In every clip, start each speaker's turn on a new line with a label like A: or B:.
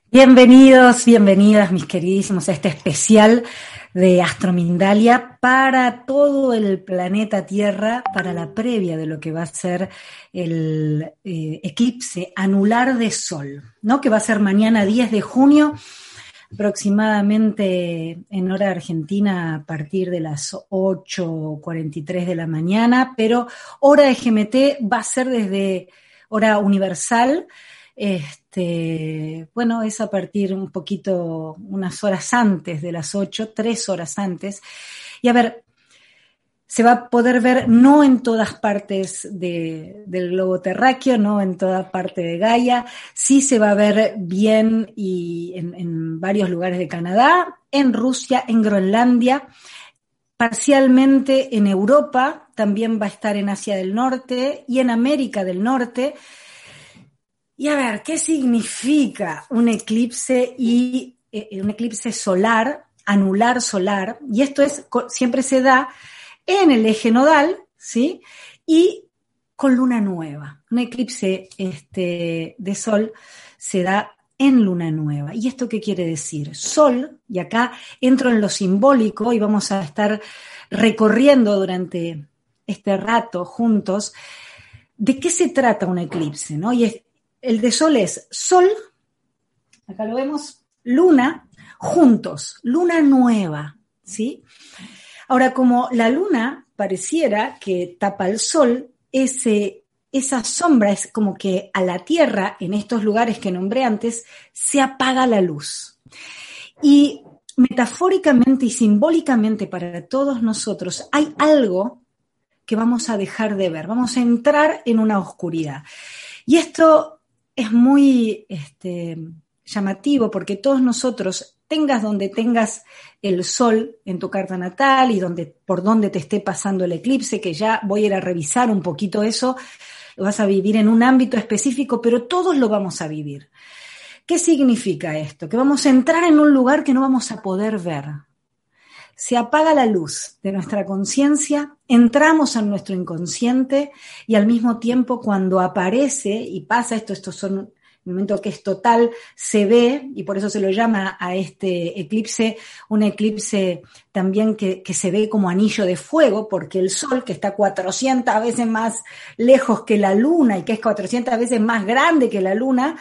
A: Bienvenidos, bienvenidas, mis queridísimos, a este especial de Astromindalia para todo el planeta Tierra, para la previa de lo que va a ser el eclipse anular de Sol, ¿no? Que va a ser mañana 10 de junio, aproximadamente en hora argentina a partir de las 8:43 de la mañana, pero hora de GMT va a ser desde hora universal. Bueno, es a partir un poquito, unas horas antes de las 8, 3 horas antes. Y a ver, se va a poder ver no en todas partes del globo terráqueo, no en toda parte de Gaia, sí se va a ver bien y en varios lugares de Canadá, en Rusia, en Groenlandia, parcialmente en Europa, también va a estar en Asia del Norte y en América del Norte. Y a ver, ¿qué significa un eclipse un eclipse solar, anular solar? Y esto siempre se da en el eje nodal, ¿sí? Y con luna nueva. Un eclipse de Sol se da en luna nueva. ¿Y esto qué quiere decir? Sol, y acá entro en lo simbólico y vamos a estar recorriendo durante este rato juntos de qué se trata un eclipse, ¿no? El de Sol es Sol, acá lo vemos, luna, juntos, luna nueva, ¿sí? Ahora, como la luna pareciera que tapa el Sol, esa sombra es como que a la Tierra, en estos lugares que nombré antes, se apaga la luz. Y metafóricamente y simbólicamente para todos nosotros hay algo que vamos a dejar de ver, vamos a entrar en una oscuridad. Y esto es muy llamativo porque todos nosotros, tengas donde tengas el Sol en tu carta natal y por donde te esté pasando el eclipse, que ya voy a ir a revisar un poquito eso, lo vas a vivir en un ámbito específico, pero todos lo vamos a vivir. ¿Qué significa esto? Que vamos a entrar en un lugar que no vamos a poder ver. Se apaga la luz de nuestra conciencia, entramos en nuestro inconsciente y al mismo tiempo cuando aparece y pasa estos son el momento que es total, se ve, y por eso se lo llama a este eclipse, un eclipse también que se ve como anillo de fuego, porque el Sol, que está 400 veces más lejos que la Luna y que es 400 veces más grande que la Luna,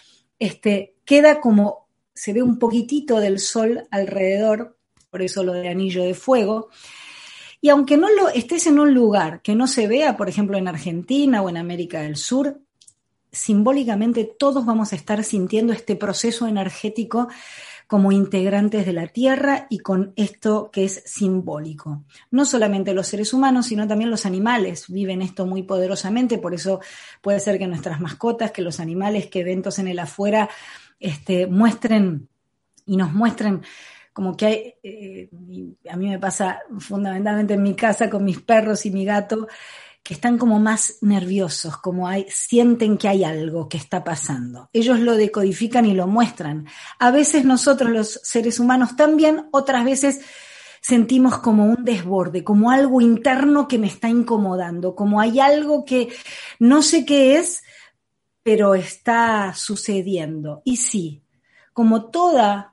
A: queda como, se ve un poquitito del Sol alrededor, por eso lo de anillo de fuego. Y aunque estés en un lugar que no se vea, por ejemplo en Argentina o en América del Sur, simbólicamente todos vamos a estar sintiendo este proceso energético como integrantes de la Tierra y con esto que es simbólico. No solamente los seres humanos, sino también los animales viven esto muy poderosamente, por eso puede ser que nuestras mascotas, que los animales, que eventos en el afuera muestren y nos muestren como que hay, a mí me pasa fundamentalmente en mi casa con mis perros y mi gato, que están como más nerviosos, sienten que hay algo que está pasando. Ellos lo decodifican y lo muestran. A veces nosotros los seres humanos también, otras veces sentimos como un desborde, como algo interno que me está incomodando, como hay algo que no sé qué es, pero está sucediendo. Y sí, como todo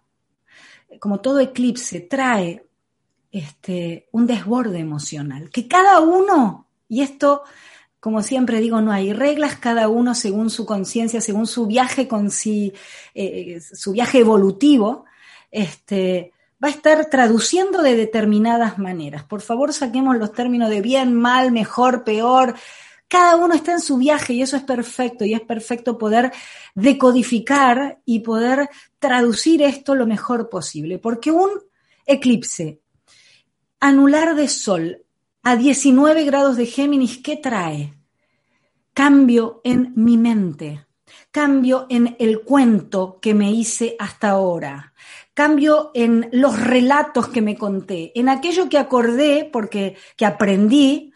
A: eclipse trae un desborde emocional, que cada uno, y esto, como siempre digo, no hay reglas, cada uno según su conciencia, según su viaje su viaje evolutivo, va a estar traduciendo de determinadas maneras. Por favor, saquemos los términos de bien, mal, mejor, peor. Cada uno está en su viaje y eso es perfecto, y es perfecto poder decodificar y poder traducir esto lo mejor posible, porque un eclipse anular de Sol a 19 grados de Géminis, ¿qué trae? Cambio en mi mente, cambio en el cuento que me hice hasta ahora, cambio en los relatos que me conté, en aquello que acordé que aprendí,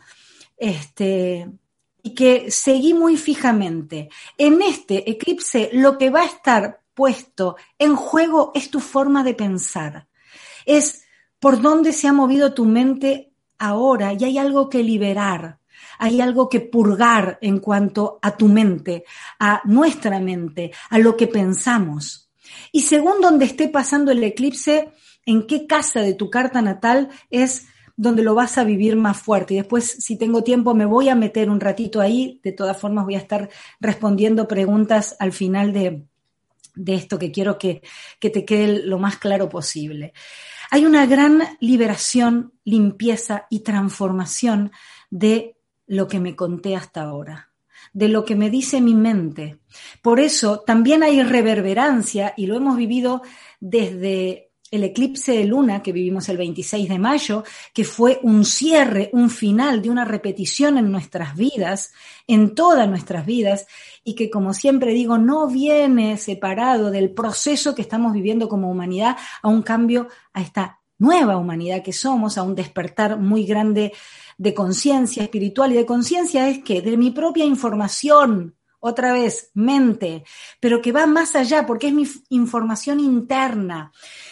A: y que seguí muy fijamente. En este eclipse lo que va a estar puesto en juego es tu forma de pensar, es por dónde se ha movido tu mente ahora, y hay algo que liberar, hay algo que purgar en cuanto a tu mente, a nuestra mente, a lo que pensamos. Y según donde esté pasando el eclipse, en qué casa de tu carta natal es donde lo vas a vivir más fuerte. Y después, si tengo tiempo, me voy a meter un ratito ahí. De todas formas, voy a estar respondiendo preguntas al final de esto, que quiero que te quede lo más claro posible. Hay una gran liberación, limpieza y transformación de lo que me conté hasta ahora, de lo que me dice mi mente. Por eso también hay reverberancia, y lo hemos vivido desde el eclipse de luna que vivimos el 26 de mayo, que fue un cierre, un final de una repetición en nuestras vidas, en todas nuestras vidas, y que, como siempre digo, no viene separado del proceso que estamos viviendo como humanidad a un cambio, a esta nueva humanidad que somos, a un despertar muy grande de conciencia espiritual. Y de conciencia es que de mi propia información, otra vez, mente, pero que va más allá porque es mi información interna.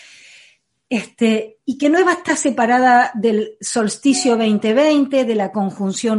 A: Y que no está separada del solsticio 2020, de la conjunción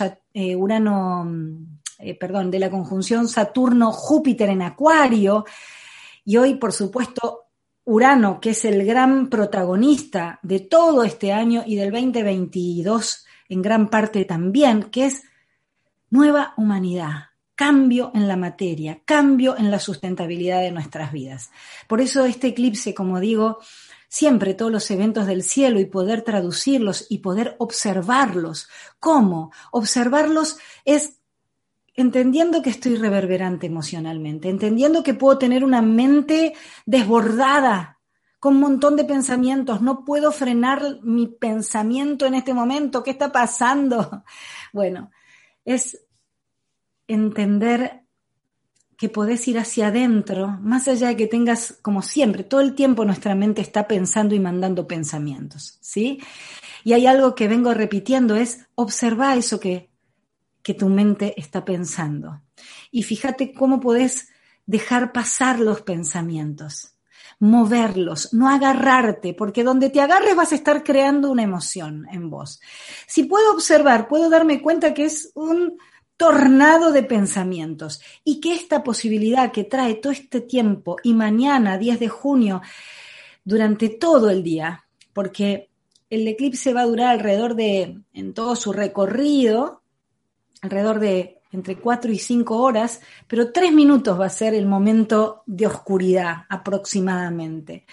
A: de la conjunción Saturno-Júpiter en Acuario, y hoy, por supuesto, Urano, que es el gran protagonista de todo este año y del 2022 en gran parte también, que es nueva humanidad, cambio en la materia, cambio en la sustentabilidad de nuestras vidas. Por eso este eclipse, como digo, siempre todos los eventos del cielo, y poder traducirlos y poder observarlos. ¿Cómo? Observarlos es entendiendo que estoy reverberante emocionalmente, entendiendo que puedo tener una mente desbordada con un montón de pensamientos. No puedo frenar mi pensamiento en este momento. ¿Qué está pasando? Bueno, es entender que podés ir hacia adentro, más allá de que tengas, como siempre, todo el tiempo nuestra mente está pensando y mandando pensamientos, ¿sí? Y hay algo que vengo repitiendo, es observar eso que tu mente está pensando. Y fíjate cómo podés dejar pasar los pensamientos, moverlos, no agarrarte, porque donde te agarres vas a estar creando una emoción en vos. Si puedo observar, puedo darme cuenta que es un tornado de pensamientos, y que esta posibilidad que trae todo este tiempo, y mañana, 10 de junio, durante todo el día, porque el eclipse va a durar en todo su recorrido, alrededor de entre 4 y 5 horas, pero 3 minutos va a ser el momento de oscuridad aproximadamente.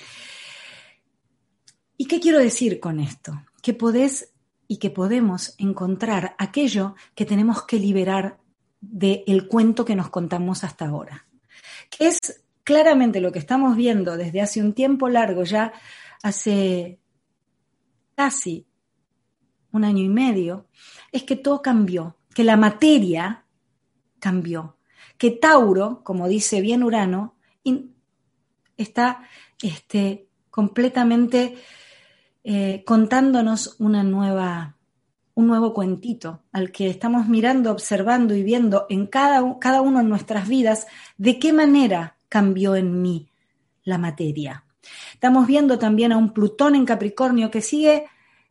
A: ¿Y qué quiero decir con esto? Que podés y que podemos encontrar aquello que tenemos que liberar del cuento que nos contamos hasta ahora, que es claramente lo que estamos viendo desde hace un tiempo largo, ya hace casi 1 año y medio, es que todo cambió, que la materia cambió, que Tauro, como dice bien Urano, está completamente contándonos un nuevo cuentito al que estamos mirando, observando y viendo en cada uno en nuestras vidas de qué manera cambió en mí la materia. Estamos viendo también a un Plutón en Capricornio que sigue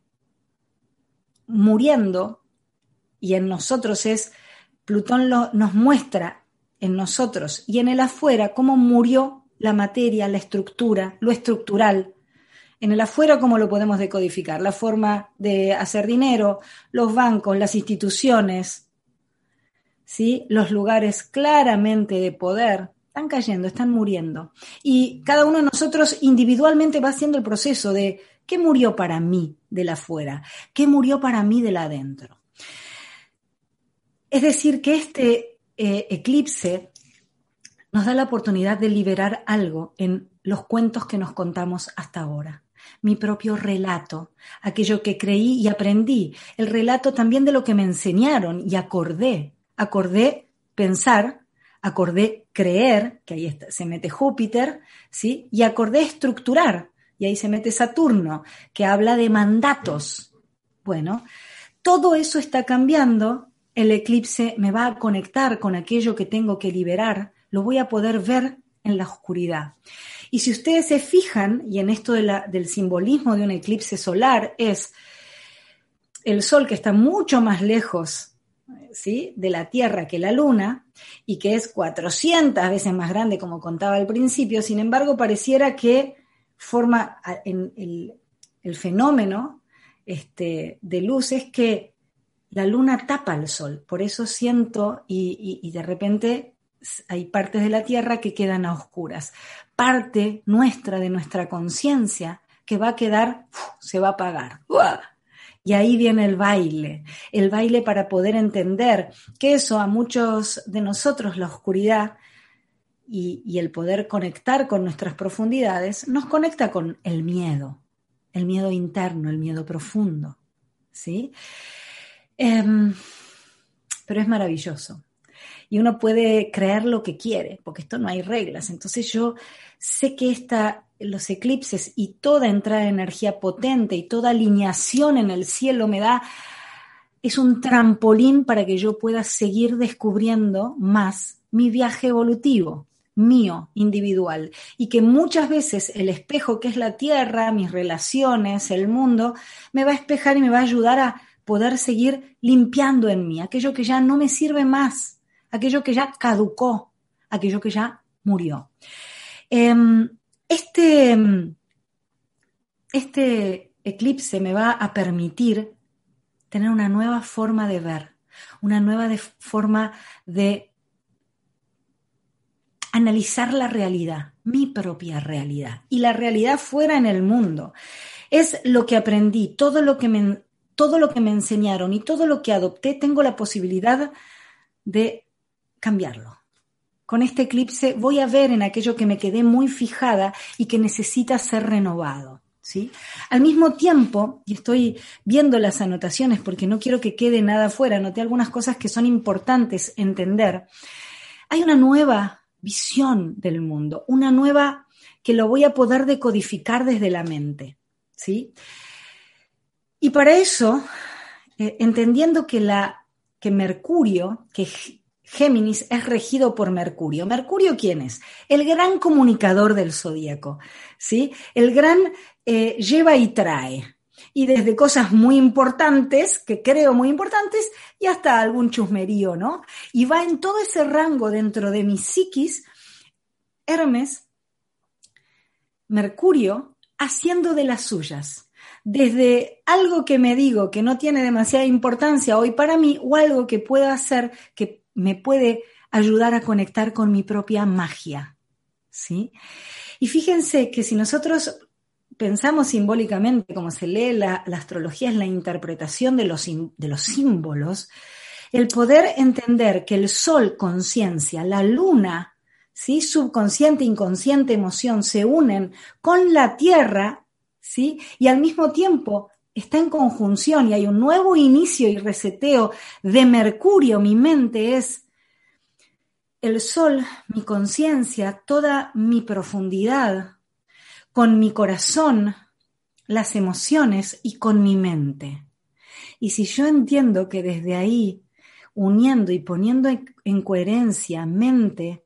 A: muriendo, y en nosotros Plutón nos muestra en nosotros y en el afuera cómo murió la materia, la estructura, lo estructural. En el afuera, ¿cómo lo podemos decodificar? La forma de hacer dinero, los bancos, las instituciones, ¿sí? Los lugares claramente de poder están cayendo, están muriendo. Y cada uno de nosotros individualmente va haciendo el proceso de ¿qué murió para mí del afuera? ¿Qué murió para mí del adentro? Es decir, que este eclipse nos da la oportunidad de liberar algo en los cuentos que nos contamos hasta ahora. Mi propio relato, aquello que creí y aprendí, el relato también de lo que me enseñaron y acordé pensar, acordé creer, que ahí se mete Júpiter, ¿sí? Y acordé estructurar, y ahí se mete Saturno, que habla de mandatos. Bueno, todo eso está cambiando, el eclipse me va a conectar con aquello que tengo que liberar, lo voy a poder ver en la oscuridad. Y si ustedes se fijan, y en esto del simbolismo de un eclipse solar, es el sol que está mucho más lejos, ¿sí?, de la Tierra que la Luna, y que es 400 veces más grande, como contaba al principio. Sin embargo, pareciera que forma en el fenómeno de luz es que la Luna tapa al Sol. Por eso siento, y de repente hay partes de la Tierra que quedan a oscuras. Parte nuestra, de nuestra conciencia, que va a quedar, se va a apagar. ¡Uah! Y ahí viene el baile para poder entender que eso a muchos de nosotros, la oscuridad y el poder conectar con nuestras profundidades, nos conecta con el miedo interno, el miedo profundo, ¿sí? Pero es maravilloso. Y uno puede creer lo que quiere, porque esto no hay reglas. Entonces yo sé que los eclipses y toda entrada de energía potente y toda alineación en el cielo es un trampolín para que yo pueda seguir descubriendo más mi viaje evolutivo, mío, individual. Y que muchas veces el espejo que es la Tierra, mis relaciones, el mundo, me va a espejar y me va a ayudar a poder seguir limpiando en mí aquello que ya no me sirve más, aquello que ya caducó, aquello que ya murió. Este eclipse me va a permitir tener una nueva forma de ver, una nueva forma de analizar la realidad, mi propia realidad, y la realidad fuera en el mundo. Es lo que aprendí, todo lo que me enseñaron y todo lo que adopté, tengo la posibilidad de cambiarlo. Con este eclipse voy a ver en aquello que me quedé muy fijada y que necesita ser renovado, ¿sí? Al mismo tiempo, y estoy viendo las anotaciones porque no quiero que quede nada fuera, anoté algunas cosas que son importantes entender. Hay una nueva visión del mundo, una nueva que lo voy a poder decodificar desde la mente, ¿sí? Y para eso, entendiendo que Mercurio, que Géminis es regido por Mercurio. ¿Mercurio quién es? El gran comunicador del zodíaco, ¿sí? El gran lleva y trae. Y desde cosas muy importantes, que creo muy importantes, y hasta algún chusmerío, ¿no? Y va en todo ese rango dentro de mi psiquis, Hermes, Mercurio, haciendo de las suyas. Desde algo que me digo que no tiene demasiada importancia hoy para mí, o algo que pueda hacer que me puede ayudar a conectar con mi propia magia, ¿sí? Y fíjense que si nosotros pensamos simbólicamente, como se lee la astrología, es la interpretación de los símbolos, el poder entender que el sol, conciencia, la luna, ¿sí?, subconsciente, inconsciente, emoción, se unen con la tierra, ¿sí?, y al mismo tiempo está en conjunción y hay un nuevo inicio y reseteo de Mercurio. Mi mente es el sol, mi conciencia, toda mi profundidad, con mi corazón, las emociones y con mi mente. Y si yo entiendo que desde ahí, uniendo y poniendo en coherencia mente,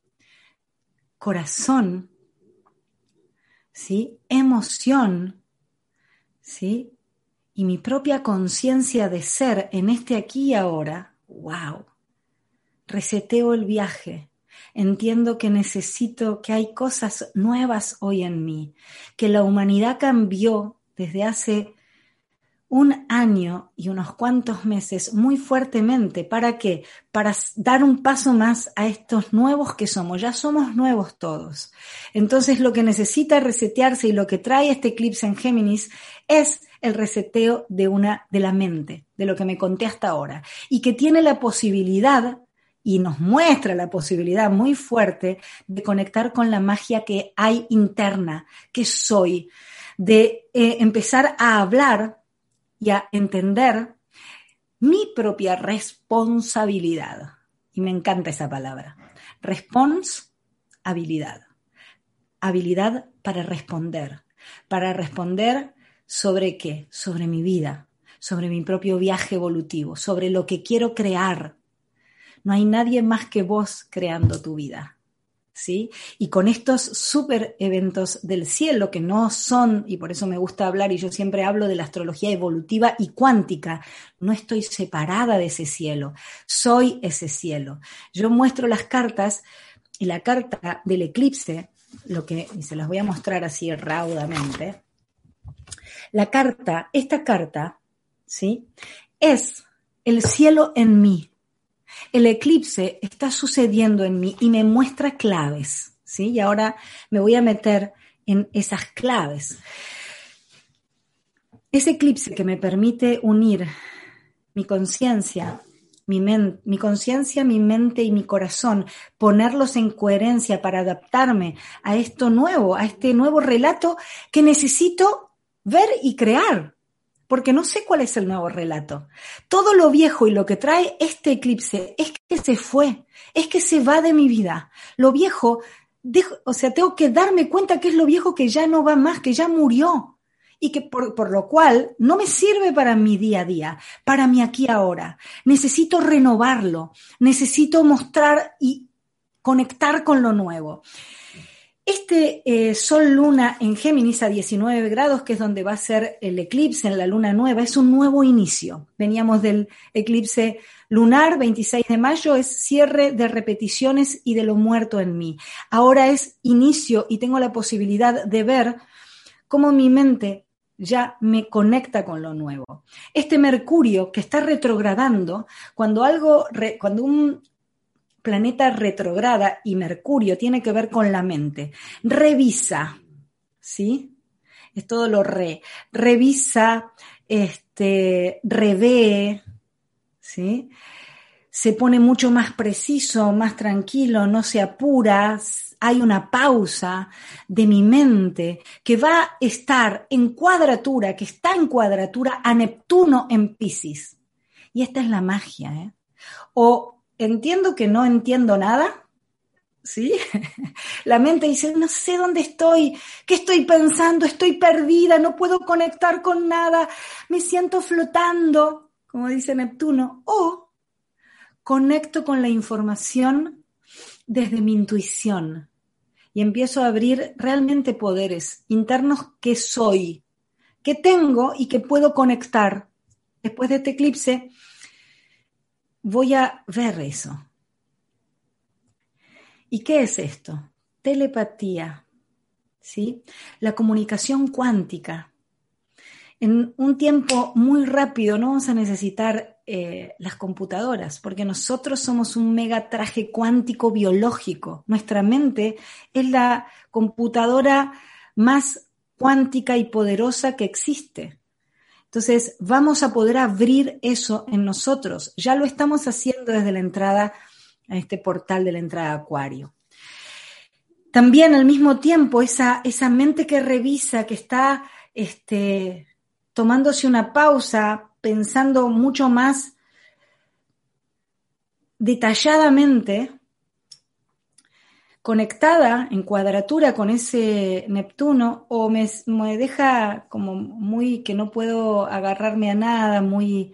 A: corazón, ¿sí?, emoción, ¿sí?, y mi propia conciencia de ser en este aquí y ahora, ¡wow! Reseteo el viaje. Entiendo que que hay cosas nuevas hoy en mí, que la humanidad cambió desde hace un año y unos cuantos meses muy fuertemente. ¿Para qué? Para dar un paso más a estos nuevos que somos. Ya somos nuevos todos. Entonces lo que necesita resetearse y lo que trae este eclipse en Géminis es el reseteo de la mente, de lo que me conté hasta ahora, y que tiene la posibilidad, y nos muestra la posibilidad muy fuerte de conectar con la magia que hay interna, que soy, de empezar a hablar y a entender mi propia responsabilidad. Y me encanta esa palabra. Responsabilidad. Habilidad para responder. Para responder ¿sobre qué? Sobre mi vida, sobre mi propio viaje evolutivo, sobre lo que quiero crear. No hay nadie más que vos creando tu vida, ¿sí? Y con estos súper eventos del cielo que no son, y por eso me gusta hablar, y yo siempre hablo de la astrología evolutiva y cuántica, no estoy separada de ese cielo, soy ese cielo. Yo muestro las cartas, y la carta del eclipse, y se las voy a mostrar así raudamente, esta carta, ¿sí? Es el cielo en mí. El eclipse está sucediendo en mí y me muestra claves, ¿sí? Y ahora me voy a meter en esas claves. Ese eclipse que me permite unir mi conciencia, mi mente y mi corazón, ponerlos en coherencia para adaptarme a esto nuevo, a este nuevo relato que necesito ver y crear, porque no sé cuál es el nuevo relato. Todo lo viejo y lo que trae este eclipse es que se fue, es que se va de mi vida. Lo viejo, tengo que darme cuenta que es lo viejo que ya no va más, que ya murió, y que por lo cual no me sirve para mi día a día, para mi aquí ahora. Necesito renovarlo, necesito mostrar y conectar con lo nuevo. Este Sol-Luna en Géminis a 19 grados, que es donde va a ser el eclipse en la luna nueva, es un nuevo inicio. Veníamos del eclipse lunar, 26 de mayo, es cierre de repeticiones y de lo muerto en mí. Ahora es inicio y tengo la posibilidad de ver cómo mi mente ya me conecta con lo nuevo. Este Mercurio que está retrogradando, cuando un planeta retrograda, y Mercurio tiene que ver con la mente, revisa, ¿sí? Es todo lo revisa, revé, ¿sí? Se pone mucho más preciso, más tranquilo, no se apura, hay una pausa de mi mente que va a estar en cuadratura, que está en cuadratura a Neptuno en Piscis. Y esta es la magia, ¿eh? O entiendo que no entiendo nada, ¿sí? La mente dice, no sé dónde estoy, qué estoy pensando, estoy perdida, no puedo conectar con nada, me siento flotando, como dice Neptuno. O conecto con la información desde mi intuición y empiezo a abrir realmente poderes internos que soy, que tengo y que puedo conectar. Después de este eclipse voy a ver eso. ¿Y qué es esto? Telepatía, ¿sí? La comunicación cuántica. En un tiempo muy rápido no vamos a necesitar las computadoras, porque nosotros somos un megatraje cuántico biológico. Nuestra mente es la computadora más cuántica y poderosa que existe. Entonces, vamos a poder abrir eso en nosotros. Ya lo estamos haciendo desde la entrada a este portal de la entrada a Acuario. También al mismo tiempo, esa mente que revisa, que está tomándose una pausa, pensando mucho más detalladamente, conectada en cuadratura con ese Neptuno, o me deja como muy que no puedo agarrarme a nada, muy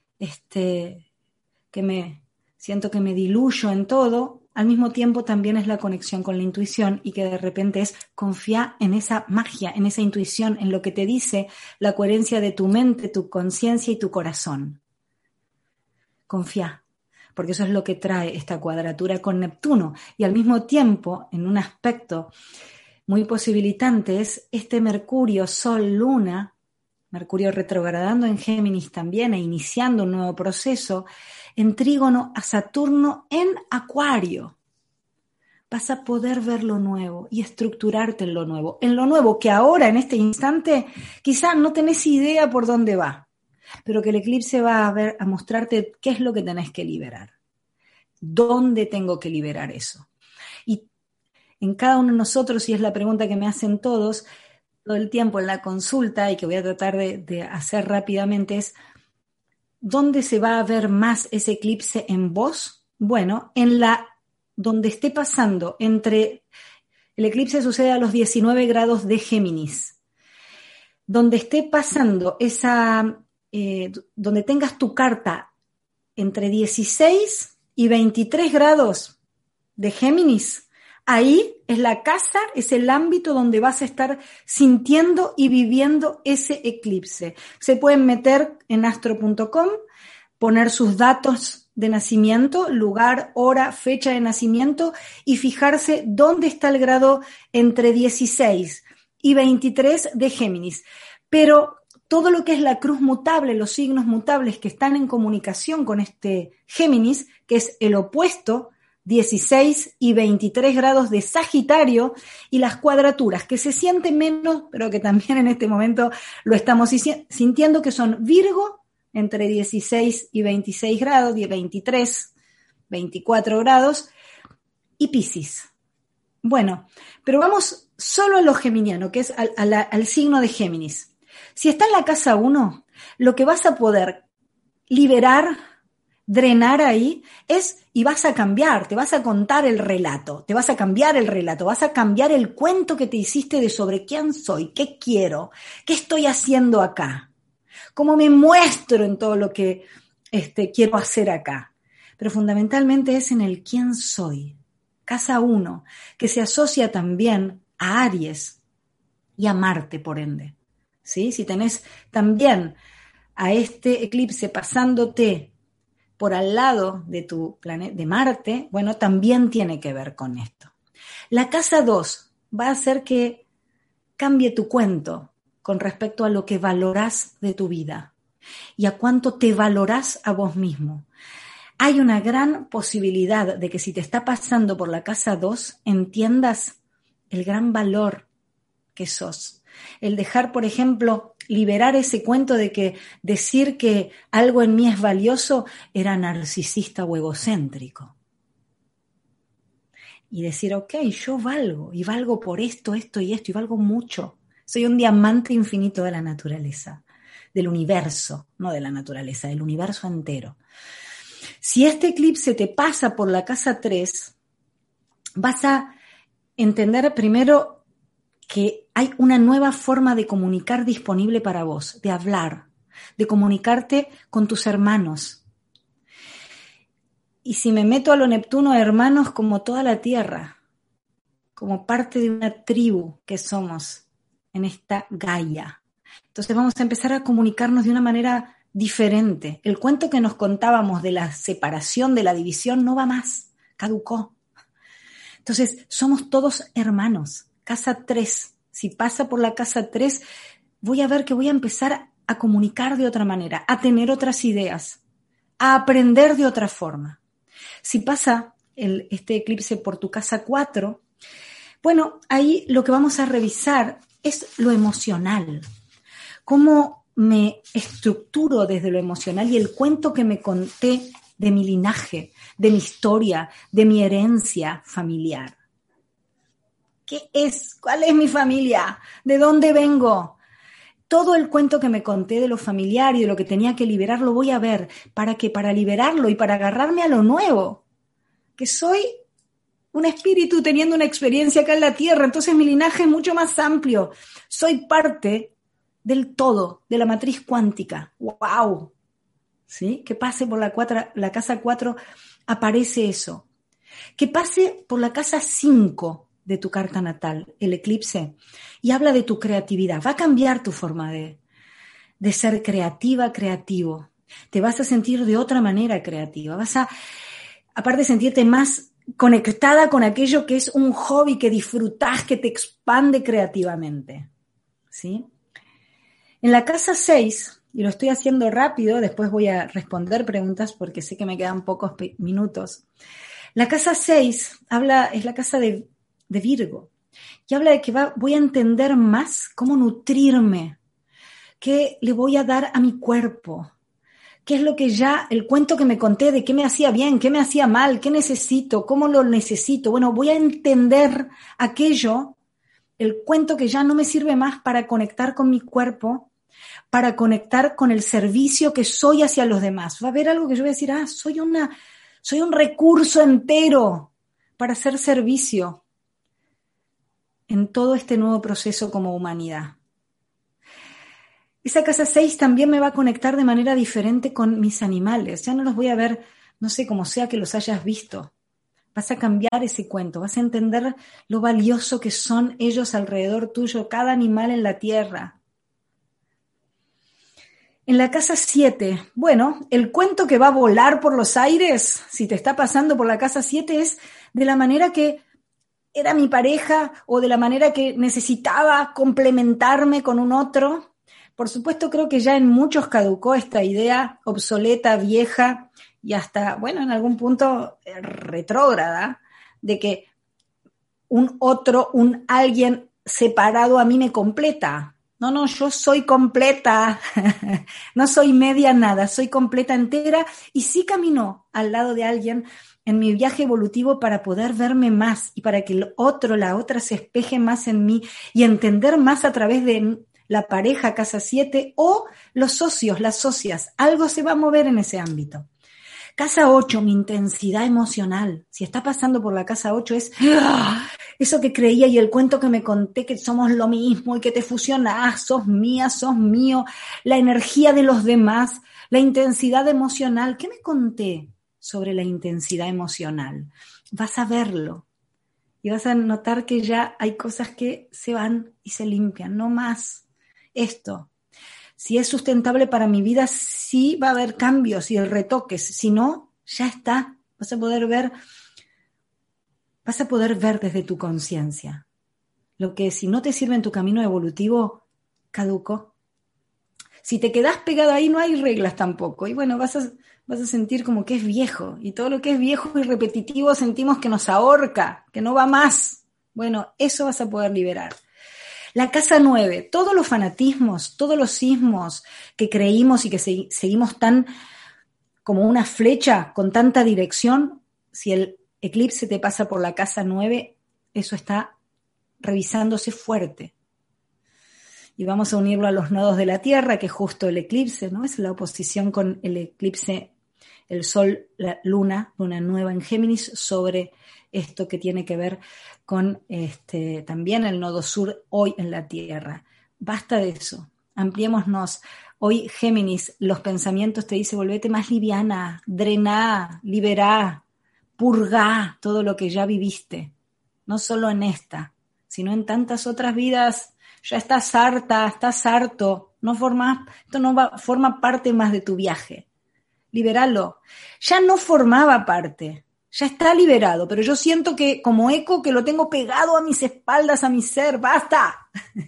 A: que siento que me diluyo en todo. Al mismo tiempo también es la conexión con la intuición, y que de repente es confía en esa magia, en esa intuición, en lo que te dice la coherencia de tu mente, tu conciencia y tu corazón. Confía, porque eso es lo que trae esta cuadratura con Neptuno. Y al mismo tiempo, en un aspecto muy posibilitante, es este Mercurio, Sol, Luna, Mercurio retrogradando en Géminis también e iniciando un nuevo proceso, en trígono a Saturno en Acuario. Vas a poder ver lo nuevo y estructurarte en lo nuevo que ahora, en este instante, quizás no tenés idea por dónde va, pero que el eclipse va a mostrarte qué es lo que tenés que liberar, dónde tengo que liberar eso. Y en cada uno de nosotros, y es la pregunta que me hacen todos todo el tiempo en la consulta, y que voy a tratar de hacer rápidamente, es ¿dónde se va a ver más ese eclipse en vos? Bueno, donde esté pasando el eclipse sucede a los 19 grados de Géminis, donde esté pasando donde tengas tu carta entre 16 y 23 grados de Géminis, Ahí es la casa, es el ámbito donde vas a estar sintiendo y viviendo ese eclipse. Se pueden meter en astro.com, poner sus datos de nacimiento, lugar, hora, fecha de nacimiento y fijarse dónde está el grado entre 16 y 23 de Géminis. Pero todo lo que es la cruz mutable, los signos mutables que están en comunicación con este Géminis, que es el opuesto, 16 y 23 grados de Sagitario, y las cuadraturas, que se sienten menos, pero que también en este momento lo estamos sintiendo, que son Virgo, entre 16 y 26 grados, 23, 24 grados, y Piscis. Bueno, pero vamos solo a lo geminiano, que es al signo de Géminis. Si está en la casa 1, lo que vas a poder liberar, drenar ahí es, y vas a cambiar, te vas a contar el relato, te vas a cambiar el relato, vas a cambiar el cuento que te hiciste de sobre quién soy, qué quiero, qué estoy haciendo acá, cómo me muestro en todo lo que quiero hacer acá. Pero fundamentalmente es en el quién soy. Casa 1, que se asocia también a Aries y a Marte, por ende. ¿Sí? Si tenés también a este eclipse pasándote por al lado de tu planeta, de Marte, bueno, también tiene que ver con esto. La casa 2 va a hacer que cambie tu cuento con respecto a lo que valorás de tu vida y a cuánto te valorás a vos mismo. Hay una gran posibilidad de que si te está pasando por la casa 2, entiendas el gran valor que sos. El dejar, por ejemplo, liberar ese cuento de que decir que algo en mí es valioso era narcisista o egocéntrico. Y decir, ok, yo valgo, y valgo por esto, esto y esto, y valgo mucho. Soy un diamante infinito de la naturaleza, del universo, no de la naturaleza, del universo entero. Si este eclipse te pasa por la casa 3, vas a entender primero que hay una nueva forma de comunicar disponible para vos, de hablar, de comunicarte con tus hermanos. Y si me meto a lo Neptuno, hermanos como toda la Tierra, como parte de una tribu que somos en esta Gaia. Entonces vamos a empezar a comunicarnos de una manera diferente. El cuento que nos contábamos de la separación, de la división, no va más, caducó. Entonces somos todos hermanos. Casa 3, si pasa por la casa 3, voy a ver que voy a empezar a comunicar de otra manera, a tener otras ideas, a aprender de otra forma. Si pasa este eclipse por tu casa 4, bueno, ahí lo que vamos a revisar es lo emocional. Cómo me estructuro desde lo emocional y el cuento que me conté de mi linaje, de mi historia, de mi herencia familiar. ¿Qué es? ¿Cuál es mi familia? ¿De dónde vengo? Todo el cuento que me conté de lo familiar y de lo que tenía que liberar lo voy a ver. ¿Para qué? Para liberarlo y para agarrarme a lo nuevo. Que soy un espíritu teniendo una experiencia acá en la Tierra, entonces mi linaje es mucho más amplio. Soy parte del todo, de la matriz cuántica. ¡Wow! ¿Sí? Que pase por la casa 4, aparece eso. Que pase por la casa 5 de tu carta natal, el eclipse, y habla de tu creatividad. Va a cambiar tu forma de ser creativa, creativo. Te vas a sentir de otra manera creativa. Vas a, aparte de sentirte más conectada con aquello que es un hobby que disfrutás, que te expande creativamente. ¿Sí? En la casa 6, y lo estoy haciendo rápido, después voy a responder preguntas porque sé que me quedan pocos minutos. La casa 6 es la casa de Virgo, y habla de que voy a entender más cómo nutrirme, qué le voy a dar a mi cuerpo, qué es lo que ya, el cuento que me conté de qué me hacía bien, qué me hacía mal, qué necesito, cómo lo necesito. Bueno, voy a entender aquello, el cuento que ya no me sirve más para conectar con mi cuerpo, para conectar con el servicio que soy hacia los demás. Va a haber algo que yo voy a decir, soy un recurso entero para hacer servicio en todo este nuevo proceso como humanidad. Esa casa 6 también me va a conectar de manera diferente con mis animales. Ya no los voy a ver, no sé, como sea que los hayas visto. Vas a cambiar ese cuento, vas a entender lo valioso que son ellos alrededor tuyo, cada animal en la tierra. En la casa 7, bueno, el cuento que va a volar por los aires, si te está pasando por la casa 7, es de la manera que era mi pareja o de la manera que necesitaba complementarme con un otro. Por supuesto, creo que ya en muchos caducó esta idea obsoleta, vieja y hasta, bueno, en algún punto retrógrada, de que un otro, un alguien separado a mí me completa. No, yo soy completa, no soy media nada, soy completa entera y sí camino al lado de alguien en mi viaje evolutivo para poder verme más y para que el otro, la otra se espeje más en mí y entender más a través de la pareja casa 7 o los socios, las socias. Algo se va a mover en ese ámbito. Casa 8, mi intensidad emocional. Si está pasando por la casa 8 es eso que creía y el cuento que me conté que somos lo mismo y que te fusionás, sos mía, sos mío, la energía de los demás, la intensidad emocional. ¿Qué me conté sobre la intensidad emocional? Vas a verlo y vas a notar que ya hay cosas que se van y se limpian, no más esto. Si es sustentable para mi vida, sí va a haber cambios y retoques. Si no, ya está. Vas a poder ver desde tu conciencia. Lo que si no te sirve en tu camino evolutivo, caducó. Si te quedás pegado ahí, no hay reglas tampoco. Y bueno, vas a sentir como que es viejo. Y todo lo que es viejo y repetitivo sentimos que nos ahorca, que no va más. Bueno, eso vas a poder liberar. La casa 9, todos los fanatismos, todos los sismos que creímos y que seguimos tan como una flecha con tanta dirección, si el eclipse te pasa por la casa 9, eso está revisándose fuerte. Y vamos a unirlo a los nodos de la Tierra, que es justo el eclipse, ¿no? Es la oposición con el eclipse, el Sol, la luna nueva en Géminis, sobre esto que tiene que ver con también el nodo sur hoy en la Tierra. Basta de eso, ampliémonos. Hoy Géminis, los pensamientos te dice, volvete más liviana, drená, liberá, purgá todo lo que ya viviste, no solo en esta, sino en tantas otras vidas. Ya estás harta, estás harto, esto no forma parte más de tu viaje. Liberalo. Ya no formaba parte, ya está liberado, pero yo siento que como eco que lo tengo pegado a mis espaldas, a mi ser, ¡basta!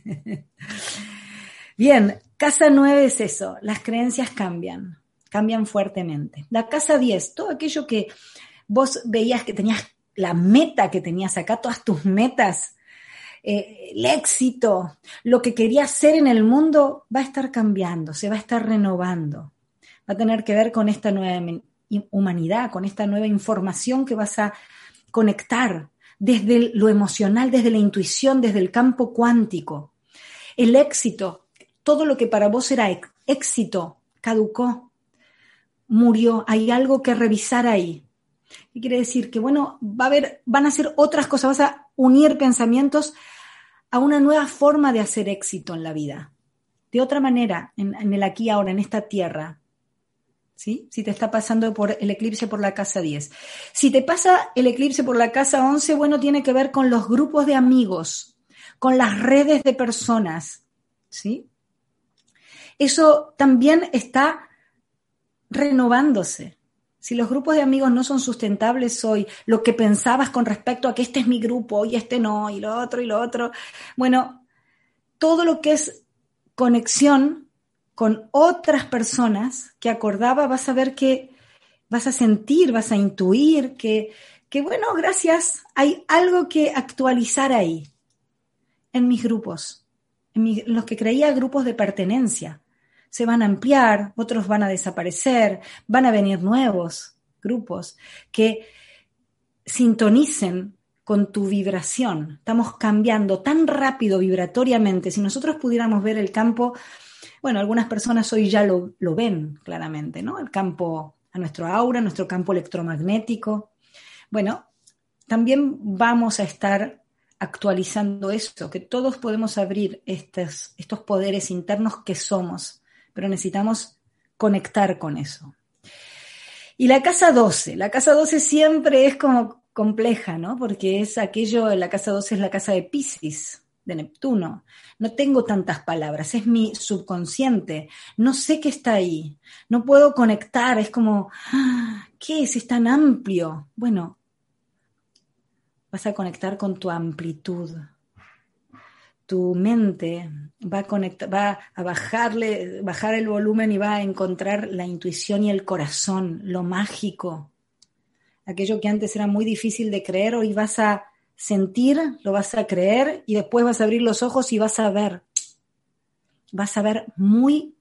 A: Bien, casa 9 es eso, las creencias cambian fuertemente. La casa 10, todo aquello que vos veías que tenías, la meta que tenías acá, todas tus metas, el éxito, lo que querías ser en el mundo, va a estar cambiando, se va a estar renovando. Va a tener que ver con esta nueva humanidad, con esta nueva información que vas a conectar desde lo emocional, desde la intuición, desde el campo cuántico. El éxito, todo lo que para vos era éxito, caducó, murió, hay algo que revisar ahí. ¿Qué quiere decir? Que bueno, van a ser otras cosas, vas a unir pensamientos a una nueva forma de hacer éxito en la vida. De otra manera, en el aquí ahora, en esta tierra. ¿Sí? Si te está pasando por el eclipse por la casa 10. Si te pasa el eclipse por la casa 11, bueno, tiene que ver con los grupos de amigos, con las redes de personas, ¿sí? Eso también está renovándose. Si los grupos de amigos no son sustentables hoy, lo que pensabas con respecto a que este es mi grupo y este no, y lo otro, bueno, todo lo que es conexión con otras personas que acordaba, vas a ver que vas a sentir, vas a intuir que bueno, gracias, hay algo que actualizar ahí, en mis grupos, en los que creía grupos de pertenencia. Se van a ampliar, otros van a desaparecer, van a venir nuevos grupos que sintonicen con tu vibración. Estamos cambiando tan rápido vibratoriamente. Si nosotros pudiéramos ver el campo, bueno, algunas personas hoy ya lo ven claramente, ¿no? El campo, a nuestro aura, nuestro campo electromagnético. Bueno, también vamos a estar actualizando esto, que todos podemos abrir estos poderes internos que somos, pero necesitamos conectar con eso. Y la casa 12 siempre es como compleja, ¿no? Porque es aquello, la casa 12 es la casa de Piscis, de Neptuno. No tengo tantas palabras, es mi subconsciente. No sé qué está ahí, no puedo conectar, es como, ¿qué es? Es tan amplio. Bueno, vas a conectar con tu amplitud. Tu mente va a bajar el volumen y va a encontrar la intuición y el corazón, lo mágico. Aquello que antes era muy difícil de creer, hoy vas a sentir, lo vas a creer y después vas a abrir los ojos y vas a ver. Vas a ver muy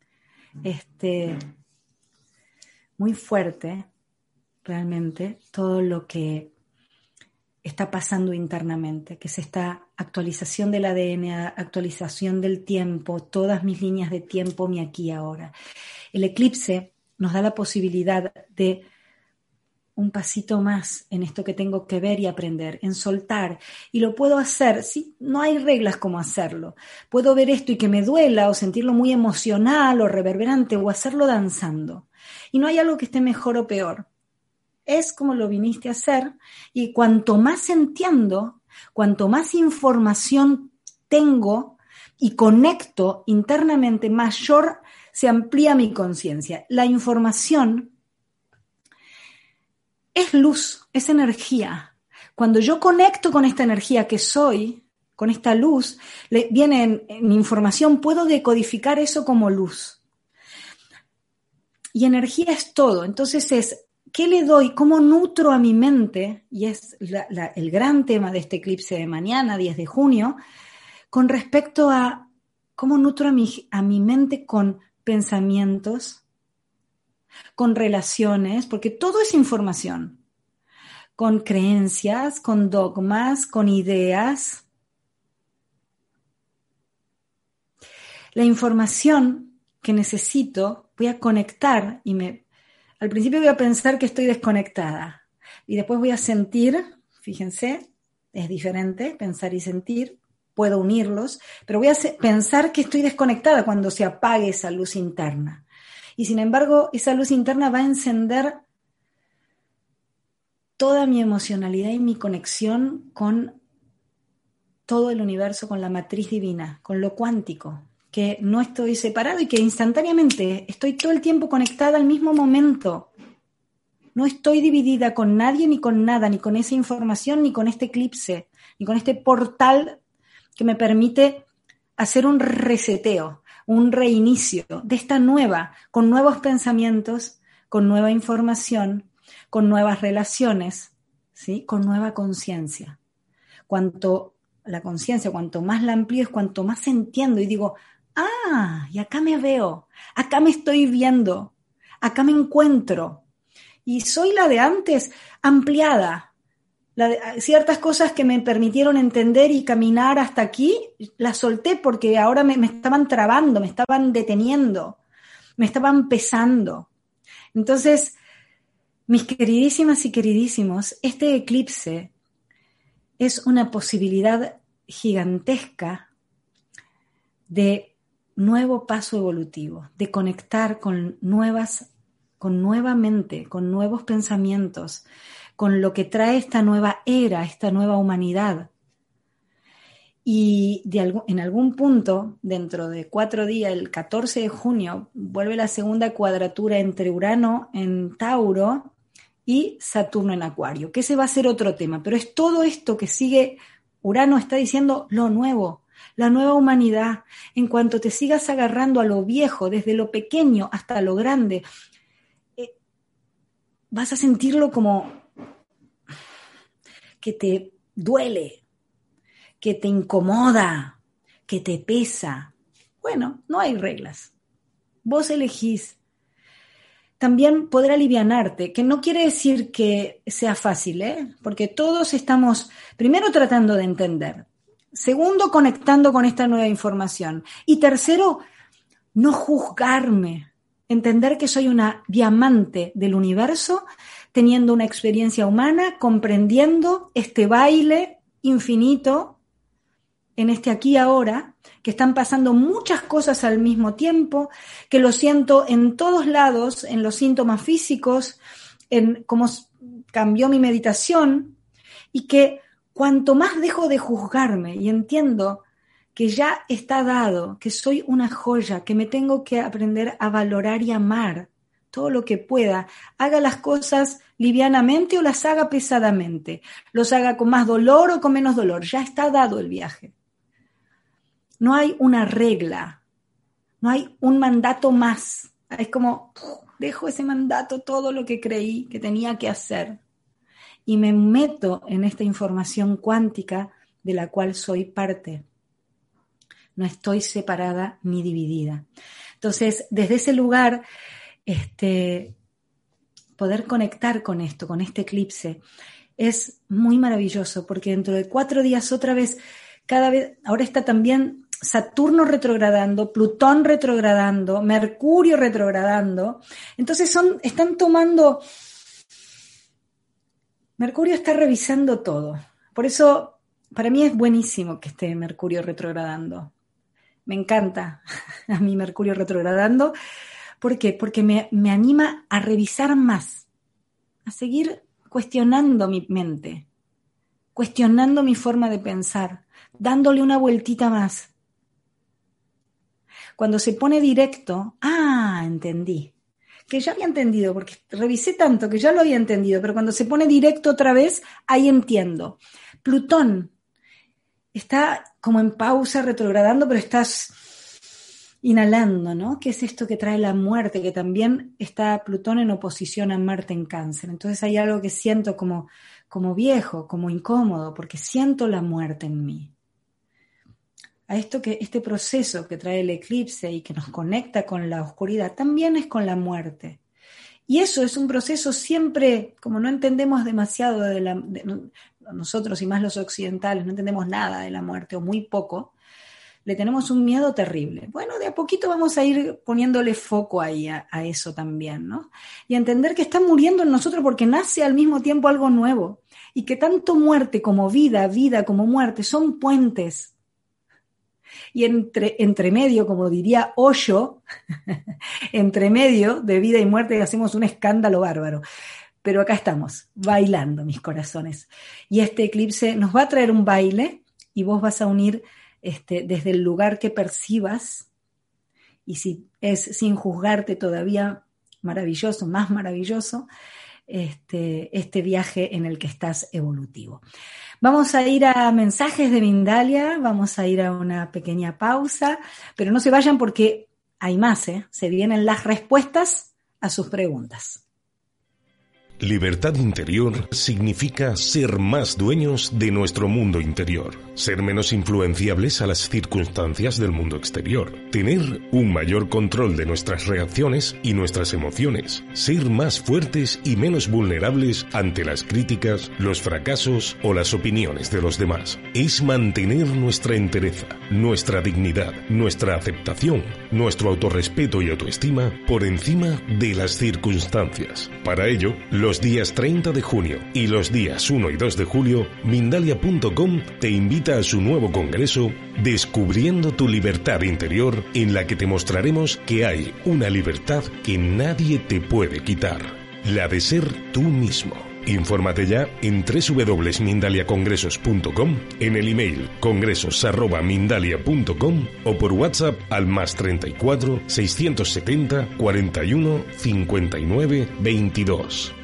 A: fuerte realmente todo lo que está pasando internamente, que es esta actualización del ADN, actualización del tiempo, todas mis líneas de tiempo, mi aquí y ahora. El eclipse nos da la posibilidad de un pasito más en esto que tengo que ver y aprender, en soltar. Y lo puedo hacer, ¿sí? No hay reglas como hacerlo. Puedo ver esto y que me duela o sentirlo muy emocional o reverberante o hacerlo danzando. Y no hay algo que esté mejor o peor. Es como lo viniste a hacer y cuanto más entiendo, cuanto más información tengo y conecto internamente, mayor se amplía mi conciencia. La información es luz, es energía. Cuando yo conecto con esta energía que soy, con esta luz, viene en información, puedo decodificar eso como luz. Y energía es todo, entonces es ¿qué le doy? ¿Cómo nutro a mi mente? Y es el gran tema de este eclipse de mañana, 10 de junio, con respecto a cómo nutro a mi mente con pensamientos, con relaciones, porque todo es información, con creencias, con dogmas, con ideas. La información que necesito, voy a conectar y al principio voy a pensar que estoy desconectada y después voy a sentir, fíjense, es diferente pensar y sentir, puedo unirlos, pero voy a pensar que estoy desconectada cuando se apague esa luz interna. Y sin embargo, esa luz interna va a encender toda mi emocionalidad y mi conexión con todo el universo, con la matriz divina, con lo cuántico, que no estoy separado y que instantáneamente estoy todo el tiempo conectada al mismo momento. No estoy dividida con nadie ni con nada, ni con esa información, ni con este eclipse, ni con este portal que me permite hacer un reseteo, un reinicio de esta nueva, con nuevos pensamientos, con nueva información, con nuevas relaciones, ¿sí? Con nueva conciencia. Cuanto más la amplío es cuanto más entiendo y digo, y acá me veo, acá me estoy viendo, acá me encuentro. Y soy la de antes, ampliada. Ciertas cosas que me permitieron entender y caminar hasta aquí, las solté porque ahora me estaban trabando, me estaban deteniendo, me estaban pesando. Entonces, mis queridísimas y queridísimos, este eclipse es una posibilidad gigantesca de nuevo paso evolutivo, de conectar con nueva mente, con nuevos pensamientos, con lo que trae esta nueva era, esta nueva humanidad. Y en algún punto, dentro de 4 días, el 14 de junio, vuelve la segunda cuadratura entre Urano en Tauro y Saturno en Acuario, que ese va a ser otro tema, pero es todo esto que sigue. Urano está diciendo lo nuevo, la nueva humanidad. En cuanto te sigas agarrando a lo viejo, desde lo pequeño hasta lo grande, vas a sentirlo como que te duele, que te incomoda, que te pesa. Bueno, no hay reglas. Vos elegís. También poder alivianarte, que no quiere decir que sea fácil, porque todos estamos, primero, tratando de entender. Segundo, conectando con esta nueva información. Y tercero, no juzgarme. Entender que soy una diamante del universo, teniendo una experiencia humana, comprendiendo este baile infinito en este aquí y ahora, que están pasando muchas cosas al mismo tiempo, que lo siento en todos lados, en los síntomas físicos, en cómo cambió mi meditación, y que cuanto más dejo de juzgarme y entiendo que ya está dado, que soy una joya, que me tengo que aprender a valorar y amar todo lo que pueda, haga las cosas livianamente o las haga pesadamente, los haga con más dolor o con menos dolor, ya está dado el viaje. No hay una regla, no hay un mandato más. Es como, dejo ese mandato, todo lo que creí que tenía que hacer, y me meto en esta información cuántica de la cual soy parte. No estoy separada ni dividida. Entonces, desde ese lugar, poder conectar con esto, con este eclipse, es muy maravilloso, porque dentro de 4 días otra vez, ahora está también Saturno retrogradando, Plutón retrogradando, Mercurio retrogradando. Entonces están tomando... Mercurio está revisando todo. Por eso, para mí es buenísimo que esté Mercurio retrogradando. Me encanta a mí Mercurio retrogradando. ¿Por qué? Porque me anima a revisar más, a seguir cuestionando mi mente, cuestionando mi forma de pensar, dándole una vueltita más. Cuando se pone directo, entendí. Que ya había entendido, porque revisé tanto que ya lo había entendido, pero cuando se pone directo otra vez, ahí entiendo. Plutón está como en pausa, retrogradando, pero estás inhalando, ¿no? ¿Qué es esto que trae la muerte? Que también está Plutón en oposición a Marte en Cáncer. Entonces hay algo que siento como viejo, como incómodo, porque siento la muerte en mí. A este proceso que trae el eclipse y que nos conecta con la oscuridad, también es con la muerte. Y eso es un proceso siempre, como no entendemos demasiado nosotros y más los occidentales, no entendemos nada de la muerte o muy poco, le tenemos un miedo terrible. Bueno, de a poquito vamos a ir poniéndole foco ahí a eso también, ¿no? Y a entender que está muriendo en nosotros porque nace al mismo tiempo algo nuevo. Y que tanto muerte como vida, vida como muerte son puentes. Y entre medio, como diría Osho, entre medio de vida y muerte hacemos un escándalo bárbaro. Pero acá estamos, bailando, mis corazones. Y este eclipse nos va a traer un baile y vos vas a unir desde el lugar que percibas, y si es sin juzgarte todavía maravilloso, más maravilloso, este viaje en el que estás evolutivo. Vamos a ir a mensajes de Mindalia, vamos a ir a una pequeña pausa, pero no se vayan porque hay más, se vienen las respuestas a sus preguntas.
B: Libertad interior significa ser más dueños de nuestro mundo interior, ser menos influenciables a las circunstancias del mundo exterior, tener un mayor control de nuestras reacciones y nuestras emociones, ser más fuertes y menos vulnerables ante las críticas, los fracasos o las opiniones de los demás. Es mantener nuestra entereza, nuestra dignidad, nuestra aceptación, nuestro autorrespeto y autoestima por encima de las circunstancias. Para ello, los días 30 de junio y los días 1 y 2 de julio, Mindalia.com te invita a su nuevo congreso Descubriendo tu libertad interior, en la que te mostraremos que hay una libertad que nadie te puede quitar, la de ser tú mismo. Infórmate ya en www.mindaliacongresos.com, en el email congresos@mindalia.com o por WhatsApp al +34 670 41 59 22.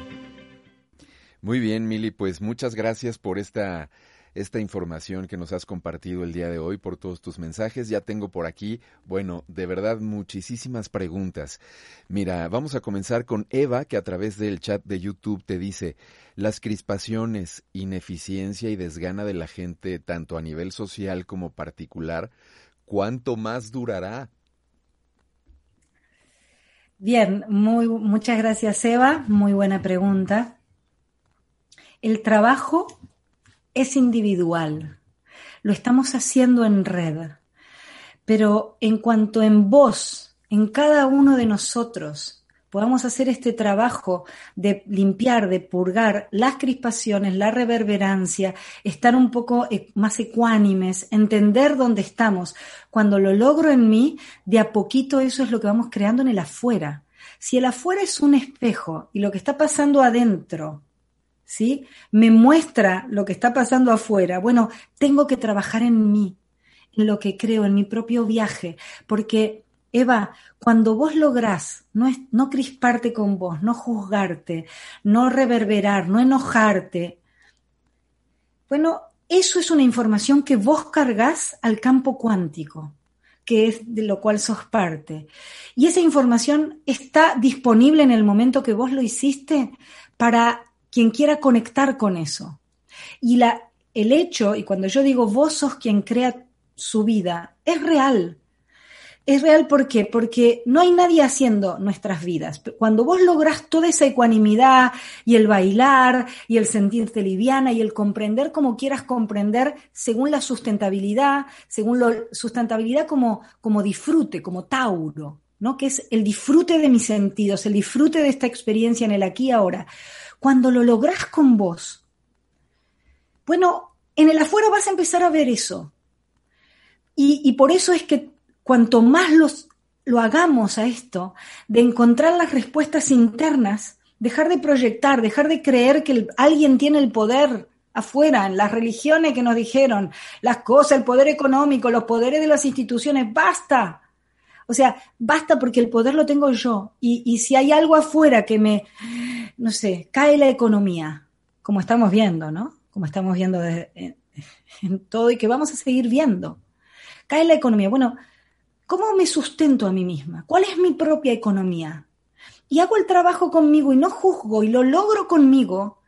C: Muy bien, Mili, pues muchas gracias por esta información que nos has compartido el día de hoy, por todos tus mensajes. Ya tengo por aquí, bueno, de verdad, muchísimas preguntas. Mira, vamos a comenzar con Eva, que a través del chat de YouTube te dice: las crispaciones, ineficiencia y desgana de la gente, tanto a nivel social como particular, ¿cuánto más durará?
A: Bien, muchas gracias, Eva, muy buena pregunta. El trabajo es individual, lo estamos haciendo en red, pero en cuanto en vos, en cada uno de nosotros, podamos hacer este trabajo de limpiar, de purgar las crispaciones, la reverberancia, estar un poco más ecuánimes, entender dónde estamos. Cuando lo logro en mí, de a poquito eso es lo que vamos creando en el afuera. Si el afuera es un espejo y lo que está pasando adentro ¿sí? Me muestra lo que está pasando afuera. Bueno, tengo que trabajar en mí, en lo que creo, en mi propio viaje, porque, Eva, cuando vos lográs no crisparte con vos, no juzgarte, no reverberar, no enojarte, bueno, eso es una información que vos cargas al campo cuántico, que es de lo cual sos parte. Y esa información está disponible en el momento que vos lo hiciste para quien quiera conectar con eso. Y el hecho, y cuando yo digo vos sos quien crea su vida, es real. Es real, ¿por qué? Porque no hay nadie haciendo nuestras vidas. Cuando vos lográs toda esa ecuanimidad y el bailar y el sentirte liviana y el comprender como quieras comprender según la sustentabilidad, sustentabilidad como disfrute, como Tauro, ¿no? Que es el disfrute de mis sentidos, el disfrute de esta experiencia en el aquí y ahora. Cuando lo lográs con vos, bueno, en el afuera vas a empezar a ver eso. Y por eso es que cuanto más lo hagamos a esto, de encontrar las respuestas internas, dejar de proyectar, dejar de creer que alguien tiene el poder afuera, en las religiones que nos dijeron, las cosas, el poder económico, los poderes de las instituciones, ¡basta! O sea, basta porque el poder lo tengo yo. Y si hay algo afuera que no sé, cae la economía, como estamos viendo, ¿no? Como estamos viendo en todo y que vamos a seguir viendo. Cae la economía. Bueno, ¿cómo me sustento a mí misma? ¿Cuál es mi propia economía? Y hago el trabajo conmigo y no juzgo y lo logro conmigo.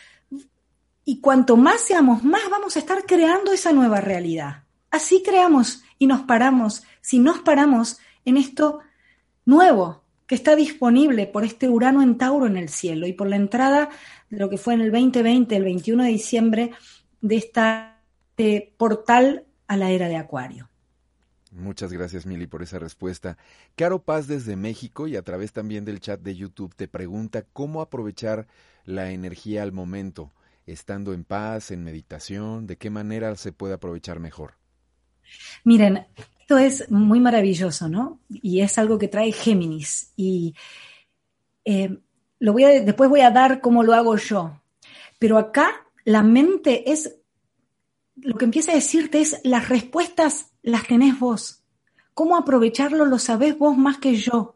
A: Y cuanto más seamos, más vamos a estar creando esa nueva realidad. Así creamos y nos paramos. Si nos paramos en esto nuevo que está disponible por este Urano en Tauro en el cielo y por la entrada de lo que fue en el 2020, el 21 de diciembre, de este portal a la era de Acuario.
C: Muchas gracias, Mili, por esa respuesta. Caro Paz desde México y a través también del chat de YouTube te pregunta cómo aprovechar la energía al momento, estando en paz, en meditación, ¿de qué manera se puede aprovechar mejor?
A: Miren, esto es muy maravilloso, ¿no? Y es algo que trae Géminis. Y después voy a dar cómo lo hago yo. Pero acá la mente es, lo que empieza a decirte es, las respuestas las tenés vos. ¿Cómo aprovecharlo? Lo sabés vos más que yo.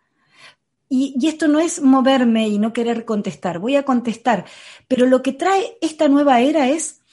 A: Y esto no es moverme y no querer contestar. Voy a contestar. Pero lo que trae esta nueva era es,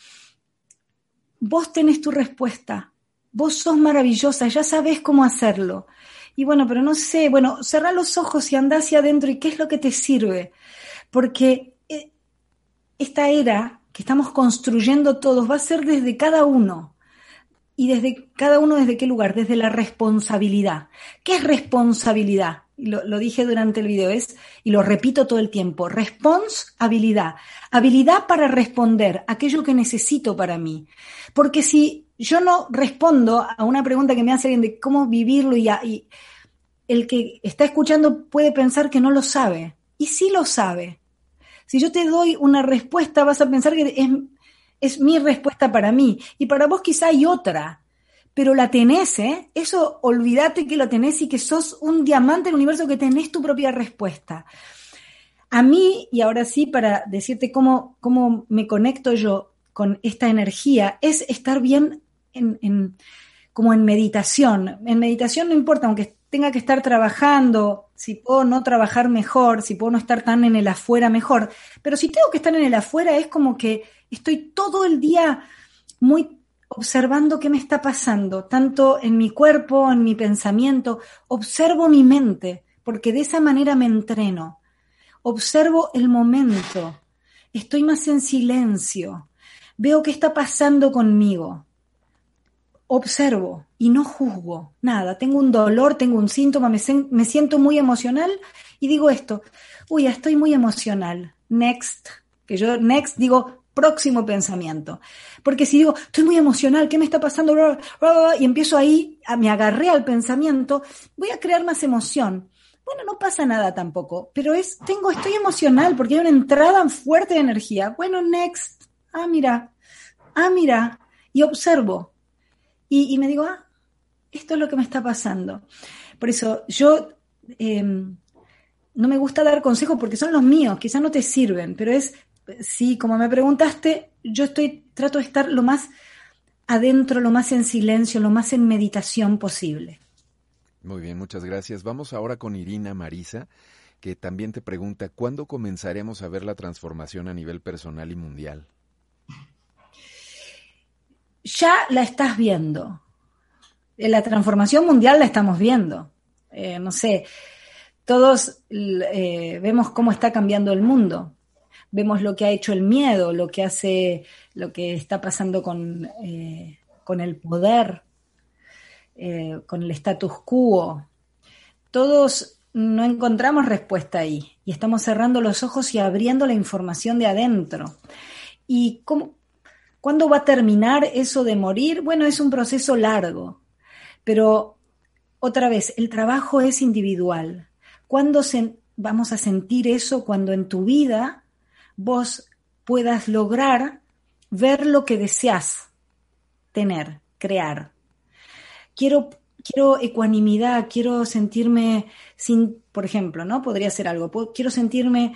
A: vos tenés tu respuesta. Vos sos maravillosa, ya sabés cómo hacerlo. Y bueno, pero no sé, bueno, cerrá los ojos y andá hacia adentro. ¿Y qué es lo que te sirve? Porque esta era que estamos construyendo todos va a ser desde cada uno. ¿Y desde cada uno desde qué lugar? Desde la responsabilidad. ¿Qué es responsabilidad? Lo dije durante el video, y lo repito todo el tiempo, responsabilidad. Habilidad para responder aquello que necesito para mí. Porque si yo no respondo a una pregunta que me hace alguien de cómo vivirlo y el que está escuchando puede pensar que no lo sabe. Y sí lo sabe. Si yo te doy una respuesta, vas a pensar que es mi respuesta para mí. Y para vos quizá hay otra. Pero la tenés, ¿eh? Eso, olvídate que lo tenés y que sos un diamante en el universo, que tenés tu propia respuesta. A mí, y ahora sí, para decirte cómo me conecto yo con esta energía, es estar bien como en meditación. En meditación no importa, aunque tenga que estar trabajando, si puedo no trabajar mejor, si puedo no estar tan en el afuera mejor, pero si tengo que estar en el afuera es como que estoy todo el día muy observando qué me está pasando, tanto en mi cuerpo, en mi pensamiento, observo mi mente, porque de esa manera me entreno, observo el momento, estoy más en silencio, veo qué está pasando conmigo, observo y no juzgo nada, tengo un dolor, tengo un síntoma, me siento muy emocional y digo esto, uy, ya estoy muy emocional, next, que yo next digo próximo pensamiento, porque si digo, estoy muy emocional, ¿qué me está pasando? Y empiezo ahí, me agarré al pensamiento, voy a crear más emoción. Bueno, no pasa nada tampoco, pero estoy emocional porque hay una entrada fuerte de energía. Bueno, next, mira, y observo. Y me digo, esto es lo que me está pasando. Por eso yo no me gusta dar consejos porque son los míos, quizás no te sirven, pero es sí, como me preguntaste, trato de estar lo más adentro, lo más en silencio, lo más en meditación posible.
C: Muy bien, muchas gracias. Vamos ahora con Irina Marisa, que también te pregunta, ¿cuándo comenzaremos a ver la transformación a nivel personal y mundial?
A: Ya la estás viendo. La transformación mundial la estamos viendo. No sé, todos vemos cómo está cambiando el mundo. Vemos lo que ha hecho el miedo, lo que está pasando con el poder, con el status quo. Todos no encontramos respuesta ahí y estamos cerrando los ojos y abriendo la información de adentro. ¿Y cuándo va a terminar eso de morir? Bueno, es un proceso largo, pero otra vez, el trabajo es individual. ¿Cuándo vamos a sentir eso? Cuando en tu vida vos puedas lograr ver lo que deseas tener, crear. Quiero ecuanimidad, quiero sentirme por ejemplo, ¿no? Podría ser algo. Quiero sentirme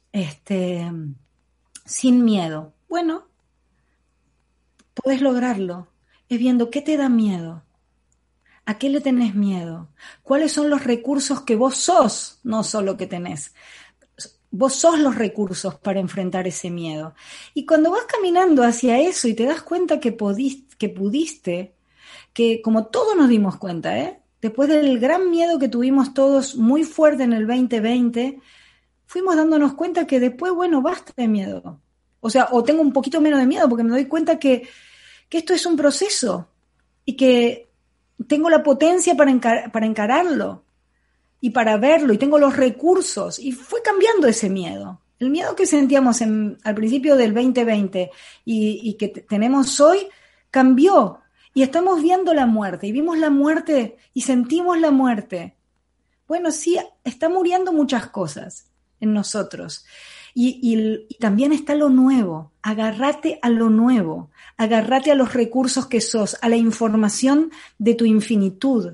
A: sin miedo. Bueno, podés lograrlo. Es viendo qué te da miedo. ¿A qué le tenés miedo? ¿Cuáles son los recursos que vos sos? No solo que tenés. Vos sos los recursos para enfrentar ese miedo. Y cuando vas caminando hacia eso y te das cuenta que pudiste, que como todos nos dimos cuenta, después del gran miedo que tuvimos todos muy fuerte en el 2020, fuimos dándonos cuenta que después, bueno, basta de miedo. O sea, o tengo un poquito menos de miedo porque me doy cuenta que esto es un proceso y que tengo la potencia para encararlo y para verlo, y tengo los recursos, y fue cambiando ese miedo. El miedo que sentíamos al principio del 2020 y que tenemos hoy cambió, y estamos viendo la muerte, y vimos la muerte, y sentimos la muerte. Bueno, sí, está muriendo muchas cosas en nosotros, y también está lo nuevo. Agárrate a lo nuevo, agárrate a los recursos que sos, a la información de tu infinitud,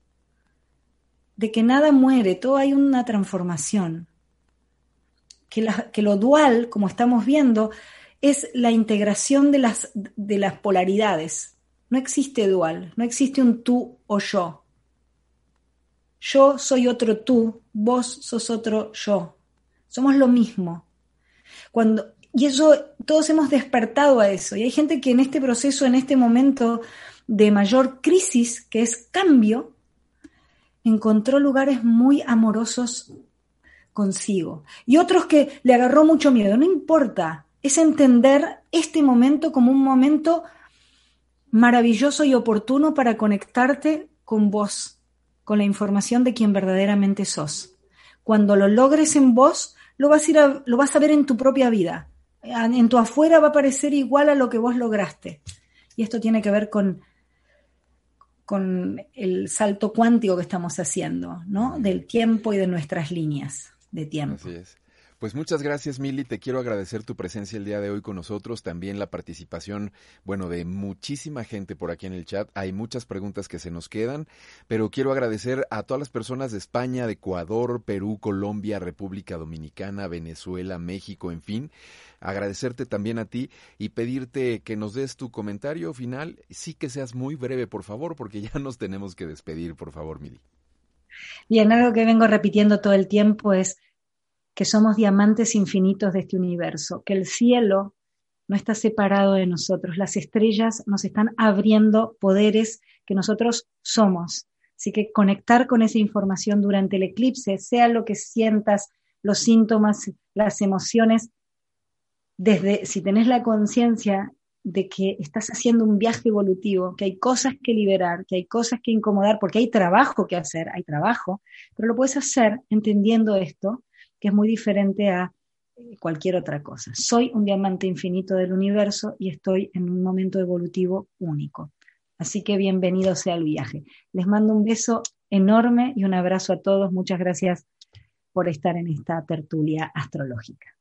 A: de que nada muere, todo hay una transformación. Que lo dual, como estamos viendo, es la integración de las polaridades. No existe dual, no existe un tú o yo. Yo soy otro tú, vos sos otro yo. Somos lo mismo. Y eso, todos hemos despertado a eso. Y hay gente que en este proceso, en este momento de mayor crisis, que es cambio, encontró lugares muy amorosos consigo. Y otros que le agarró mucho miedo. No importa, es entender este momento como un momento maravilloso y oportuno para conectarte con vos, con la información de quien verdaderamente sos. Cuando lo logres en vos, lo vas a ver en tu propia vida. En tu afuera va a parecer igual a lo que vos lograste. Y esto tiene que ver con el salto cuántico que estamos haciendo, ¿no? Del tiempo y de nuestras líneas de tiempo.
C: Así es. Pues muchas gracias, Mili. Te quiero agradecer tu presencia el día de hoy con nosotros, también la participación, de muchísima gente por aquí en el chat. Hay muchas preguntas que se nos quedan, pero quiero agradecer a todas las personas de España, de Ecuador, Perú, Colombia, República Dominicana, Venezuela, México, en fin. Agradecerte también a ti y pedirte que nos des tu comentario final. Sí, que seas muy breve, por favor, porque ya nos tenemos que despedir, por favor, Mili.
A: Bien, algo que vengo repitiendo todo el tiempo es que somos diamantes infinitos de este universo, que el cielo no está separado de nosotros, las estrellas nos están abriendo poderes que nosotros somos. Así que conectar con esa información durante el eclipse, sea lo que sientas, los síntomas, las emociones, si tenés la conciencia de que estás haciendo un viaje evolutivo, que hay cosas que liberar, que hay cosas que incomodar, porque hay trabajo que hacer, hay trabajo, pero lo puedes hacer entendiendo esto, que es muy diferente a cualquier otra cosa. Soy un diamante infinito del universo y estoy en un momento evolutivo único. Así que bienvenido sea el viaje. Les mando un beso enorme y un abrazo a todos. Muchas gracias por estar en esta tertulia astrológica.